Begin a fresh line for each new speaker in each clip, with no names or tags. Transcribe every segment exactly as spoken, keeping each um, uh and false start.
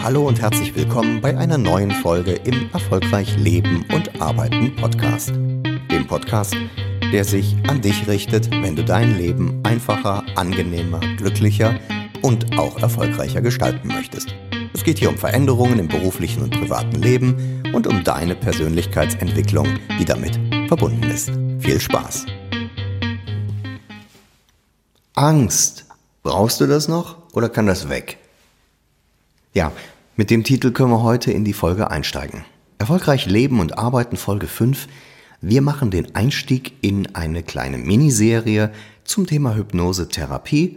Hallo und herzlich willkommen bei einer neuen Folge im Erfolgreich Leben und Arbeiten Podcast. Dem Podcast, der sich an dich richtet, wenn du dein Leben einfacher, angenehmer, glücklicher und auch erfolgreicher gestalten möchtest. Es geht hier um Veränderungen im beruflichen und privaten Leben und um deine Persönlichkeitsentwicklung, die damit verbunden ist. Viel Spaß! Angst. Brauchst du das noch oder kann das weg? Ja, mit dem Titel können wir heute in die Folge einsteigen. Erfolgreich Leben und Arbeiten Folge fünf. Wir machen den Einstieg in eine kleine Miniserie zum Thema Hypnosetherapie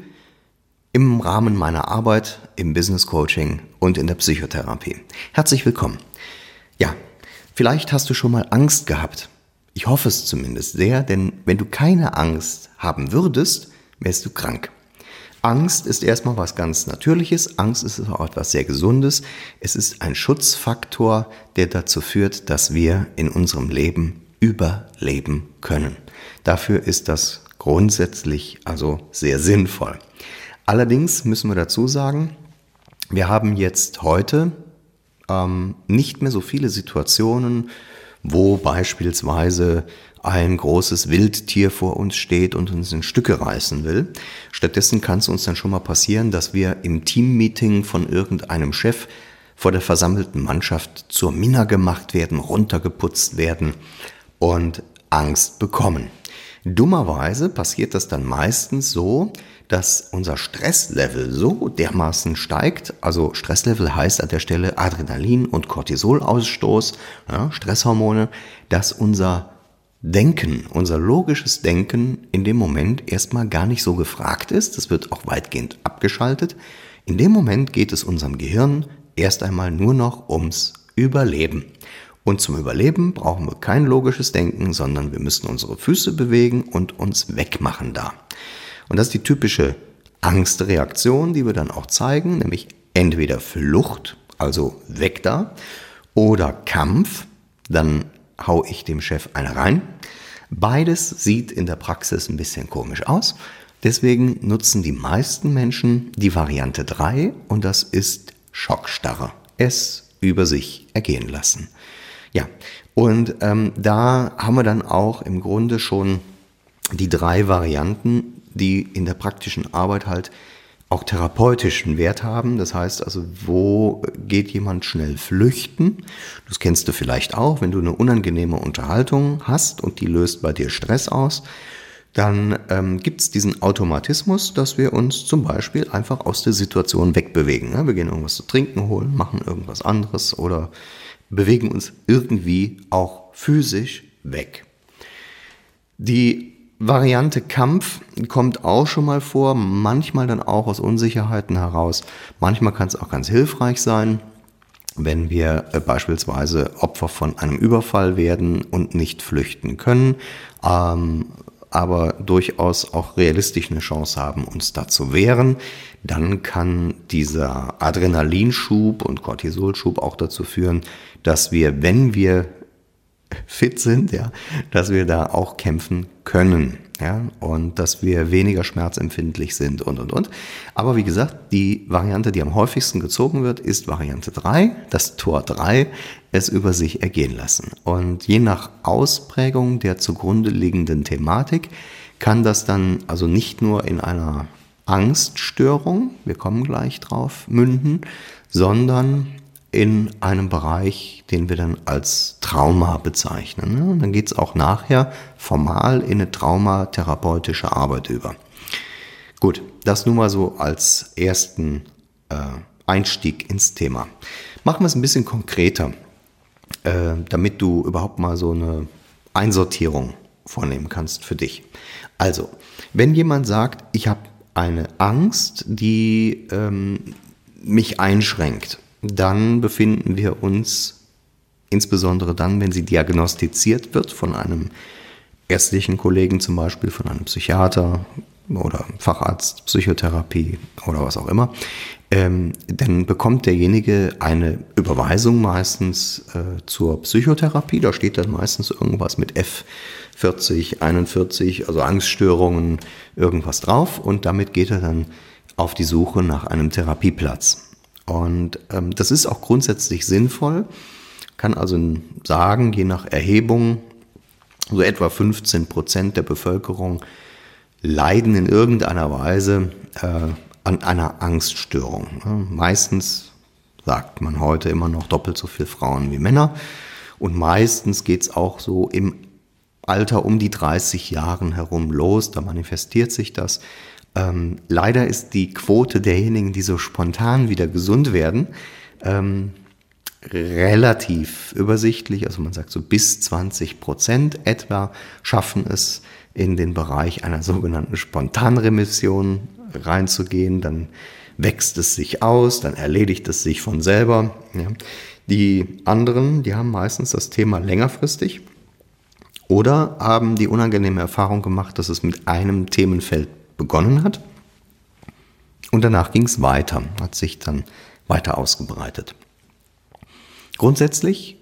im Rahmen meiner Arbeit im Business Coaching und in der Psychotherapie. Herzlich willkommen. Ja, vielleicht hast du schon mal Angst gehabt. Ich hoffe es zumindest sehr, denn wenn du keine Angst haben würdest, wärst du krank. Angst ist erstmal was ganz Natürliches, Angst ist auch etwas sehr Gesundes. Es ist ein Schutzfaktor, der dazu führt, dass wir in unserem Leben überleben können. Dafür ist das grundsätzlich also sehr sinnvoll. Allerdings müssen wir dazu sagen, wir haben jetzt heute ähm, nicht mehr so viele Situationen, wo beispielsweise ein großes Wildtier vor uns steht und uns in Stücke reißen will. Stattdessen kann es uns dann schon mal passieren, dass wir im Teammeeting von irgendeinem Chef vor der versammelten Mannschaft zur Minna gemacht werden, runtergeputzt werden und Angst bekommen. Dummerweise passiert das dann meistens so, dass unser Stresslevel so dermaßen steigt, also Stresslevel heißt an der Stelle Adrenalin- und Cortisolausstoß, ja, Stresshormone, dass unser Denken, unser logisches Denken in dem Moment erstmal gar nicht so gefragt ist. Das wird auch weitgehend abgeschaltet. In dem Moment geht es unserem Gehirn erst einmal nur noch ums Überleben. Und zum Überleben brauchen wir kein logisches Denken, sondern wir müssen unsere Füße bewegen und uns wegmachen da. Und das ist die typische Angstreaktion, die wir dann auch zeigen, nämlich entweder Flucht, also weg da, oder Kampf, dann hau ich dem Chef eine rein. Beides sieht in der Praxis ein bisschen komisch aus. Deswegen nutzen die meisten Menschen die Variante drei und das ist Schockstarre. Es über sich ergehen lassen. Ja, und ähm, da haben wir dann auch im Grunde schon die drei Varianten, die in der praktischen Arbeit halt auch therapeutischen Wert haben. Das heißt also, wo geht jemand schnell flüchten? Das kennst du vielleicht auch, wenn du eine unangenehme Unterhaltung hast und die löst bei dir Stress aus. Dann ähm, gibt es diesen Automatismus, dass wir uns zum Beispiel einfach aus der Situation wegbewegen. Ja, wir gehen irgendwas zu trinken holen, machen irgendwas anderes oder bewegen uns irgendwie auch physisch weg. Die Variante Kampf kommt auch schon mal vor, manchmal dann auch aus Unsicherheiten heraus. Manchmal kann es auch ganz hilfreich sein, wenn wir äh, beispielsweise Opfer von einem Überfall werden und nicht flüchten können, ähm, aber durchaus auch realistisch eine Chance haben, uns da zu wehren. Dann kann dieser Adrenalinschub und Cortisolschub auch dazu führen, dass wir, wenn wir fit sind, ja, dass wir da auch kämpfen können, ja, und dass wir weniger schmerzempfindlich sind und, und, und. Aber wie gesagt, die Variante, die am häufigsten gezogen wird, ist Variante drei, das Tor drei, es über sich ergehen lassen. Und je nach Ausprägung der zugrunde liegenden Thematik kann das dann also nicht nur in einer Angststörung, wir kommen gleich drauf, münden, sondern in einem Bereich, den wir dann als Trauma bezeichnen. Und dann geht es auch nachher formal in eine traumatherapeutische Arbeit über. Gut, das nun mal so als ersten äh, Einstieg ins Thema. Machen wir es ein bisschen konkreter, äh, damit du überhaupt mal so eine Einsortierung vornehmen kannst für dich. Also, wenn jemand sagt, ich habe eine Angst, die ähm, mich einschränkt, dann befinden wir uns, insbesondere dann, wenn sie diagnostiziert wird von einem ärztlichen Kollegen zum Beispiel, von einem Psychiater oder Facharzt, Psychotherapie oder was auch immer, ähm, dann bekommt derjenige eine Überweisung meistens äh, zur Psychotherapie. Da steht dann meistens irgendwas mit F vierzig, einundvierzig, also Angststörungen, irgendwas drauf und damit geht er dann auf die Suche nach einem Therapieplatz. Und ähm, das ist auch grundsätzlich sinnvoll. Kann also sagen, je nach Erhebung, so etwa fünfzehn Prozent der Bevölkerung leiden in irgendeiner Weise äh, an einer Angststörung. Ja, meistens sagt man heute immer noch doppelt so viele Frauen wie Männer. Und meistens geht es auch so im Alter um die dreißig Jahren herum los. Da manifestiert sich das. Ähm, leider ist die Quote derjenigen, die so spontan wieder gesund werden, ähm, relativ übersichtlich. Also man sagt so bis zwanzig Prozent etwa schaffen es in den Bereich einer sogenannten Spontanremission reinzugehen. Dann wächst es sich aus, dann erledigt es sich von selber. Ja. Die anderen, die haben meistens das Thema längerfristig oder haben die unangenehme Erfahrung gemacht, dass es mit einem Themenfeld begonnen hat und danach ging es weiter, hat sich dann weiter ausgebreitet. Grundsätzlich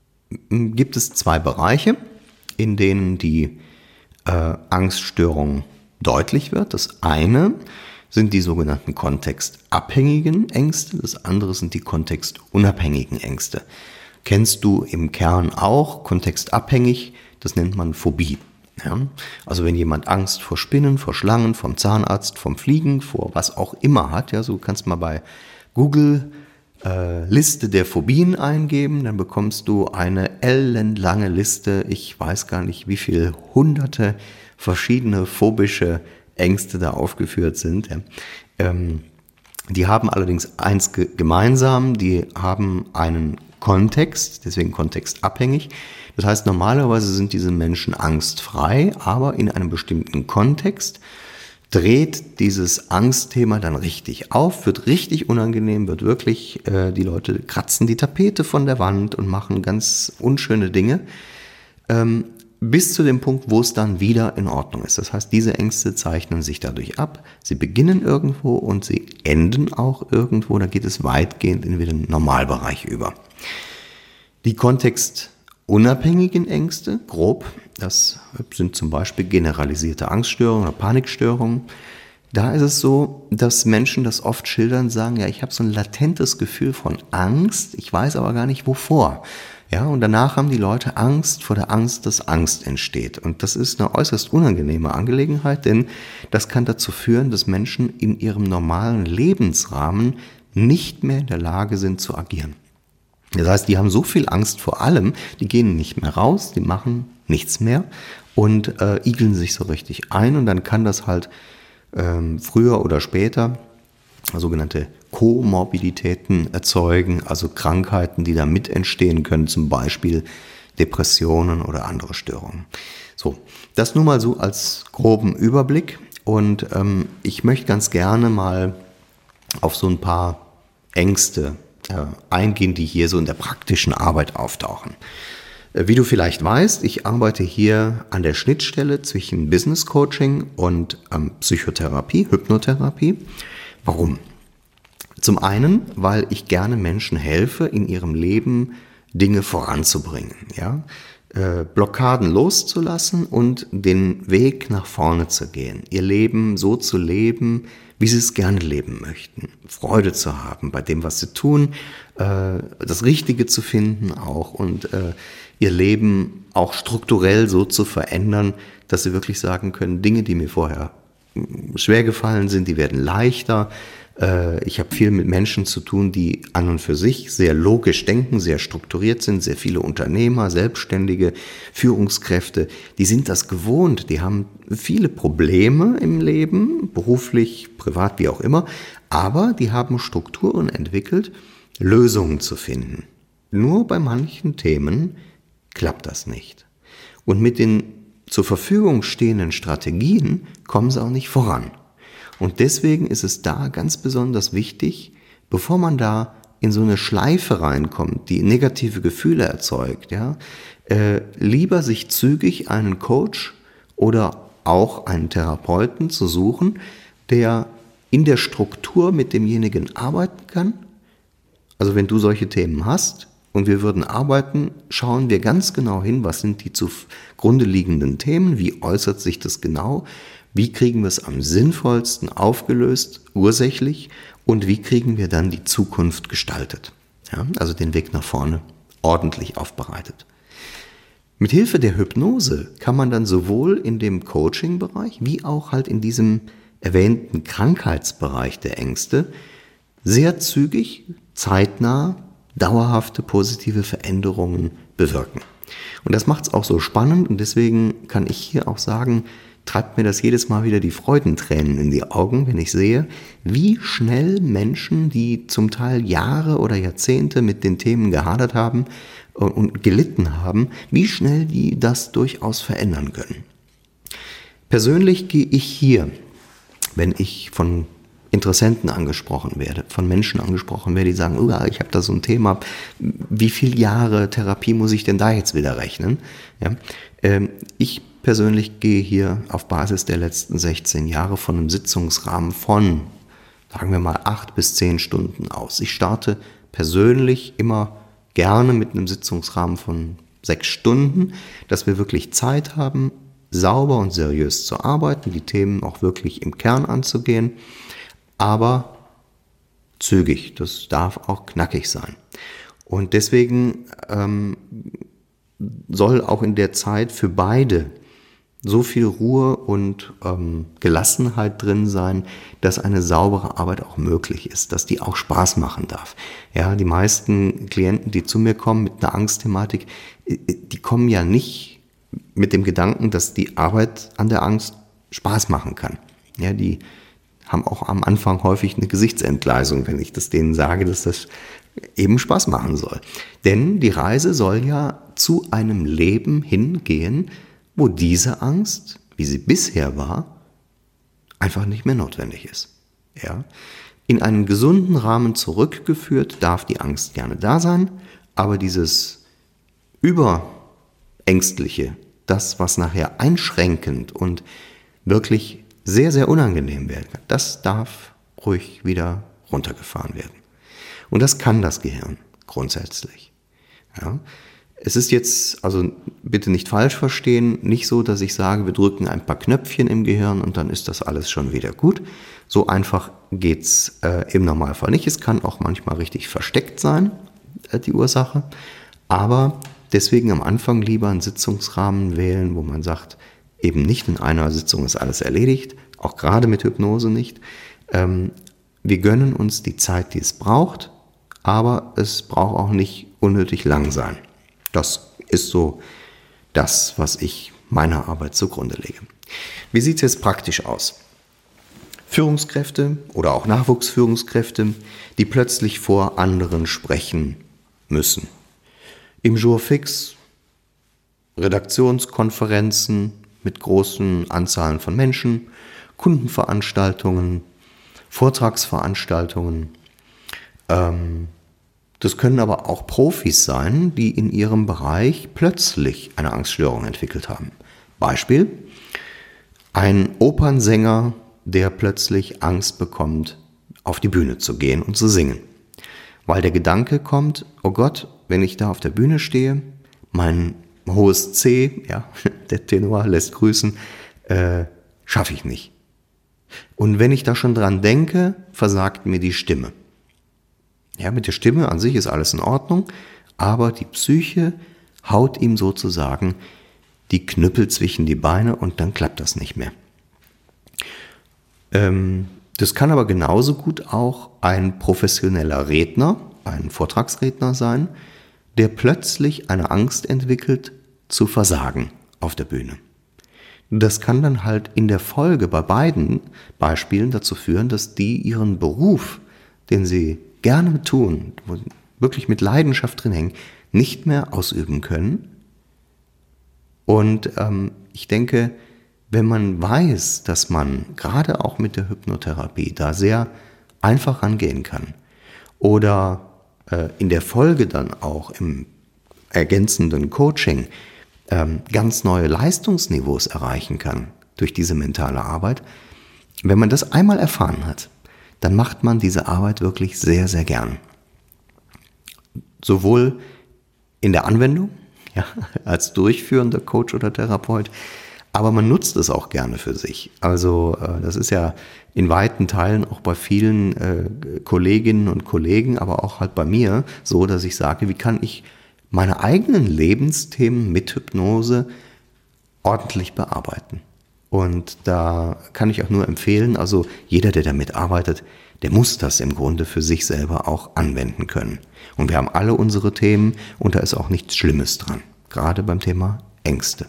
gibt es zwei Bereiche, in denen die äh, Angststörung deutlich wird. Das eine sind die sogenannten kontextabhängigen Ängste, das andere sind die kontextunabhängigen Ängste. Kennst du im Kern auch kontextabhängig, das nennt man Phobie. Ja? Also wenn jemand Angst vor Spinnen, vor Schlangen, vom Zahnarzt, vom Fliegen, vor was auch immer hat, ja, so kannst du mal bei Google äh, Liste der Phobien eingeben, dann bekommst du eine ellenlange Liste, ich weiß gar nicht, wie viele hunderte verschiedene phobische Ängste da aufgeführt sind. Ja. Ähm, die haben allerdings eins ge- gemeinsam, die haben einen Kontext, deswegen kontextabhängig. Das heißt, normalerweise sind diese Menschen angstfrei, aber in einem bestimmten Kontext dreht dieses Angstthema dann richtig auf, wird richtig unangenehm, wird wirklich, äh, die Leute kratzen die Tapete von der Wand und machen ganz unschöne Dinge, ähm, bis zu dem Punkt, wo es dann wieder in Ordnung ist. Das heißt, diese Ängste zeichnen sich dadurch ab, sie beginnen irgendwo und sie enden auch irgendwo, da geht es weitgehend in den Normalbereich über. Die kontextunabhängigen Ängste, grob, das sind zum Beispiel generalisierte Angststörungen oder Panikstörungen. Da ist es so, dass Menschen das oft schildern, sagen, ja, ich habe so ein latentes Gefühl von Angst, ich weiß aber gar nicht wovor. Ja, und danach haben die Leute Angst vor der Angst, dass Angst entsteht. Und das ist eine äußerst unangenehme Angelegenheit, denn das kann dazu führen, dass Menschen in ihrem normalen Lebensrahmen nicht mehr in der Lage sind zu agieren. Das heißt, die haben so viel Angst vor allem, die gehen nicht mehr raus, die machen nichts mehr und äh, igeln sich so richtig ein. Und dann kann das halt ähm, früher oder später sogenannte Komorbiditäten erzeugen, also Krankheiten, die da mit entstehen können, zum Beispiel Depressionen oder andere Störungen. So, das nur mal so als groben Überblick und ähm, ich möchte ganz gerne mal auf so ein paar Ängste äh, eingehen, die hier so in der praktischen Arbeit auftauchen. Äh, wie du vielleicht weißt, ich arbeite hier an der Schnittstelle zwischen Business Coaching und ähm, Psychotherapie, Hypnotherapie. Warum? Zum einen, weil ich gerne Menschen helfe, in ihrem Leben Dinge voranzubringen, ja? äh, Blockaden loszulassen und den Weg nach vorne zu gehen, ihr Leben so zu leben, wie sie es gerne leben möchten, Freude zu haben bei dem, was sie tun, äh, das Richtige zu finden auch und äh, ihr Leben auch strukturell so zu verändern, dass sie wirklich sagen können, Dinge, die mir vorher schwer gefallen sind, die werden leichter. Ich habe viel mit Menschen zu tun, die an und für sich sehr logisch denken, sehr strukturiert sind, sehr viele Unternehmer, Selbstständige, Führungskräfte, die sind das gewohnt, die haben viele Probleme im Leben, beruflich, privat, wie auch immer, aber die haben Strukturen entwickelt, Lösungen zu finden. Nur bei manchen Themen klappt das nicht. Und mit den zur Verfügung stehenden Strategien kommen sie auch nicht voran. Und deswegen ist es da ganz besonders wichtig, bevor man da in so eine Schleife reinkommt, die negative Gefühle erzeugt, ja, äh, lieber sich zügig einen Coach oder auch einen Therapeuten zu suchen, der in der Struktur mit demjenigen arbeiten kann. Also wenn du solche Themen hast und wir würden arbeiten, schauen wir ganz genau hin, was sind die zugrunde liegenden Themen, wie äußert sich das genau, wie kriegen wir es am sinnvollsten aufgelöst, ursächlich und wie kriegen wir dann die Zukunft gestaltet. Ja, also den Weg nach vorne ordentlich aufbereitet. Mit Hilfe der Hypnose kann man dann sowohl in dem Coaching-Bereich wie auch halt in diesem erwähnten Krankheitsbereich der Ängste sehr zügig, zeitnah, dauerhafte positive Veränderungen bewirken. Und das macht es auch so spannend und deswegen kann ich hier auch sagen, treibt mir das jedes Mal wieder die Freudentränen in die Augen, wenn ich sehe, wie schnell Menschen, die zum Teil Jahre oder Jahrzehnte mit den Themen gehadert haben und gelitten haben, wie schnell die das durchaus verändern können. Persönlich gehe ich hier, wenn ich von Interessenten angesprochen werde, von Menschen angesprochen werde, die sagen, oh, ich habe da so ein Thema, wie viele Jahre Therapie muss ich denn da jetzt wieder rechnen? Ja, ähm, ich persönlich gehe hier auf Basis der letzten sechzehn Jahre von einem Sitzungsrahmen von, sagen wir mal, acht bis zehn Stunden aus. Ich starte persönlich immer gerne mit einem Sitzungsrahmen von sechs Stunden, dass wir wirklich Zeit haben, sauber und seriös zu arbeiten, die Themen auch wirklich im Kern anzugehen, aber zügig, das darf auch knackig sein. Und deswegen ähm, soll auch in der Zeit für beide so viel Ruhe und ähm, Gelassenheit drin sein, dass eine saubere Arbeit auch möglich ist, dass die auch Spaß machen darf. Ja, die meisten Klienten, die zu mir kommen mit einer Angstthematik, die kommen ja nicht mit dem Gedanken, dass die Arbeit an der Angst Spaß machen kann. Ja, die haben auch am Anfang häufig eine Gesichtsentgleisung, wenn ich das denen sage, dass das eben Spaß machen soll. Denn die Reise soll ja zu einem Leben hingehen, wo diese Angst, wie sie bisher war, einfach nicht mehr notwendig ist. Ja? In einen gesunden Rahmen zurückgeführt darf die Angst gerne da sein, aber dieses Überängstliche, das, was nachher einschränkend und wirklich sehr, sehr unangenehm werden kann, das darf ruhig wieder runtergefahren werden. Und das kann das Gehirn grundsätzlich. Ja? Es ist jetzt, also bitte nicht falsch verstehen, nicht so, dass ich sage, wir drücken ein paar Knöpfchen im Gehirn und dann ist das alles schon wieder gut. So einfach geht's äh, im Normalfall nicht. Es kann auch manchmal richtig versteckt sein, äh, die Ursache. Aber deswegen am Anfang lieber einen Sitzungsrahmen wählen, wo man sagt, eben nicht in einer Sitzung ist alles erledigt, auch gerade mit Hypnose nicht. Ähm, wir gönnen uns die Zeit, die es braucht, aber es braucht auch nicht unnötig lang sein. Das ist so das, was ich meiner Arbeit zugrunde lege. Wie sieht es jetzt praktisch aus? Führungskräfte oder auch Nachwuchsführungskräfte, die plötzlich vor anderen sprechen müssen. Im Jour fix, Redaktionskonferenzen mit großen Anzahlen von Menschen, Kundenveranstaltungen, Vortragsveranstaltungen. Ähm, das können aber auch Profis sein, die in ihrem Bereich plötzlich eine Angststörung entwickelt haben. Beispiel: ein Opernsänger, der plötzlich Angst bekommt, auf die Bühne zu gehen und zu singen. Weil der Gedanke kommt, oh Gott, wenn ich da auf der Bühne stehe, mein hohes C, ja, der Tenor lässt grüßen, äh, schaffe ich nicht. Und wenn ich da schon dran denke, versagt mir die Stimme. Ja, mit der Stimme an sich ist alles in Ordnung, aber die Psyche haut ihm sozusagen die Knüppel zwischen die Beine und dann klappt das nicht mehr. Ähm, das kann aber genauso gut auch ein professioneller Redner, ein Vortragsredner sein, der plötzlich eine Angst entwickelt, zu versagen auf der Bühne. Das kann dann halt in der Folge bei beiden Beispielen dazu führen, dass die ihren Beruf, den sie gerne tun, wo sie wirklich mit Leidenschaft drin hängen, nicht mehr ausüben können. Und ähm, ich denke, wenn man weiß, dass man gerade auch mit der Hypnotherapie da sehr einfach rangehen kann oder äh, in der Folge dann auch im ergänzenden Coaching ähm, ganz neue Leistungsniveaus erreichen kann durch diese mentale Arbeit, wenn man das einmal erfahren hat, dann macht man diese Arbeit wirklich sehr, sehr gern. Sowohl in der Anwendung, ja, als durchführender Coach oder Therapeut, aber man nutzt es auch gerne für sich. Also äh, das ist ja in weiten Teilen auch bei vielen äh, Kolleginnen und Kollegen, aber auch halt bei mir so, dass ich sage, wie kann ich meine eigenen Lebensthemen mit Hypnose ordentlich bearbeiten. Und da kann ich auch nur empfehlen, also jeder, der damit arbeitet, der muss das im Grunde für sich selber auch anwenden können. Und wir haben alle unsere Themen und da ist auch nichts Schlimmes dran, gerade beim Thema Ängste.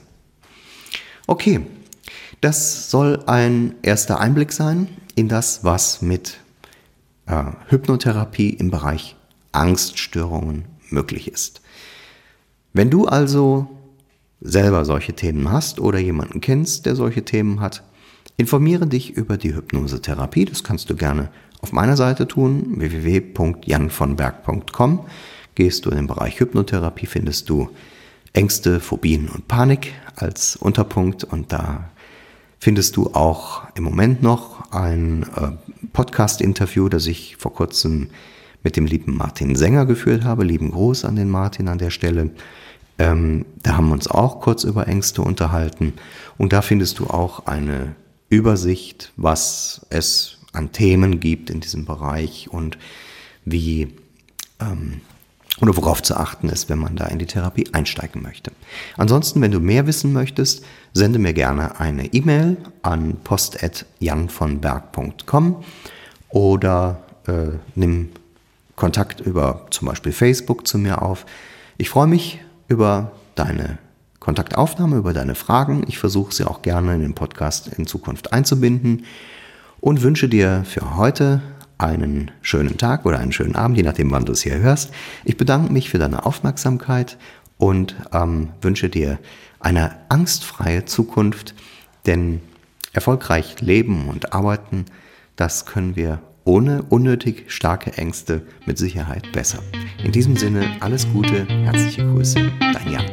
Okay, das soll ein erster Einblick sein in das, was mit äh, Hypnotherapie im Bereich Angststörungen möglich ist. Wenn du also selber solche Themen hast oder jemanden kennst, der solche Themen hat, informiere dich über die Hypnosetherapie. Das kannst du gerne auf meiner Seite tun, w w w punkt jan von berg punkt com. Gehst du in den Bereich Hypnotherapie, findest du Ängste, Phobien und Panik als Unterpunkt und da findest du auch im Moment noch ein äh, Podcast-Interview, das ich vor kurzem mit dem lieben Martin Sänger geführt habe. Lieben Gruß an den Martin an der Stelle. Ähm, da haben wir uns auch kurz über Ängste unterhalten und da findest du auch eine Übersicht, was es an Themen gibt in diesem Bereich und wie ähm, oder worauf zu achten ist, wenn man da in die Therapie einsteigen möchte. Ansonsten, wenn du mehr wissen möchtest, sende mir gerne eine E-Mail an post at jan von berg punkt com oder äh, nimm Kontakt über zum Beispiel Facebook zu mir auf. Ich freue mich über deine Kontaktaufnahme, über deine Fragen. Ich versuche sie auch gerne in den Podcast in Zukunft einzubinden und wünsche dir für heute einen schönen Tag oder einen schönen Abend, je nachdem, wann du es hier hörst. Ich bedanke mich für deine Aufmerksamkeit und ähm, wünsche dir eine angstfreie Zukunft, denn erfolgreich leben und arbeiten, das können wir ohne unnötig starke Ängste mit Sicherheit besser. In diesem Sinne, alles Gute, herzliche Grüße, dein Jan.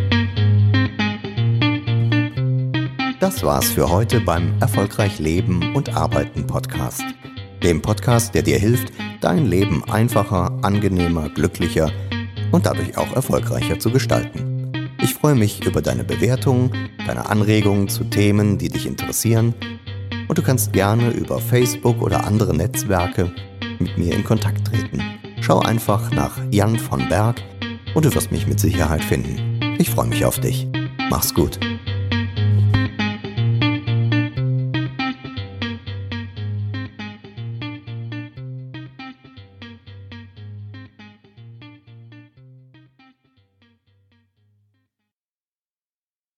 Das war's für heute beim Erfolgreich Leben und Arbeiten Podcast. Dem Podcast, der dir hilft, dein Leben einfacher, angenehmer, glücklicher und dadurch auch erfolgreicher zu gestalten. Ich freue mich über deine Bewertungen, deine Anregungen zu Themen, die dich interessieren und du kannst gerne über Facebook oder andere Netzwerke mit mir in Kontakt treten. Schau einfach nach Jan von Berg und du wirst mich mit Sicherheit finden. Ich freue mich auf dich. Mach's gut.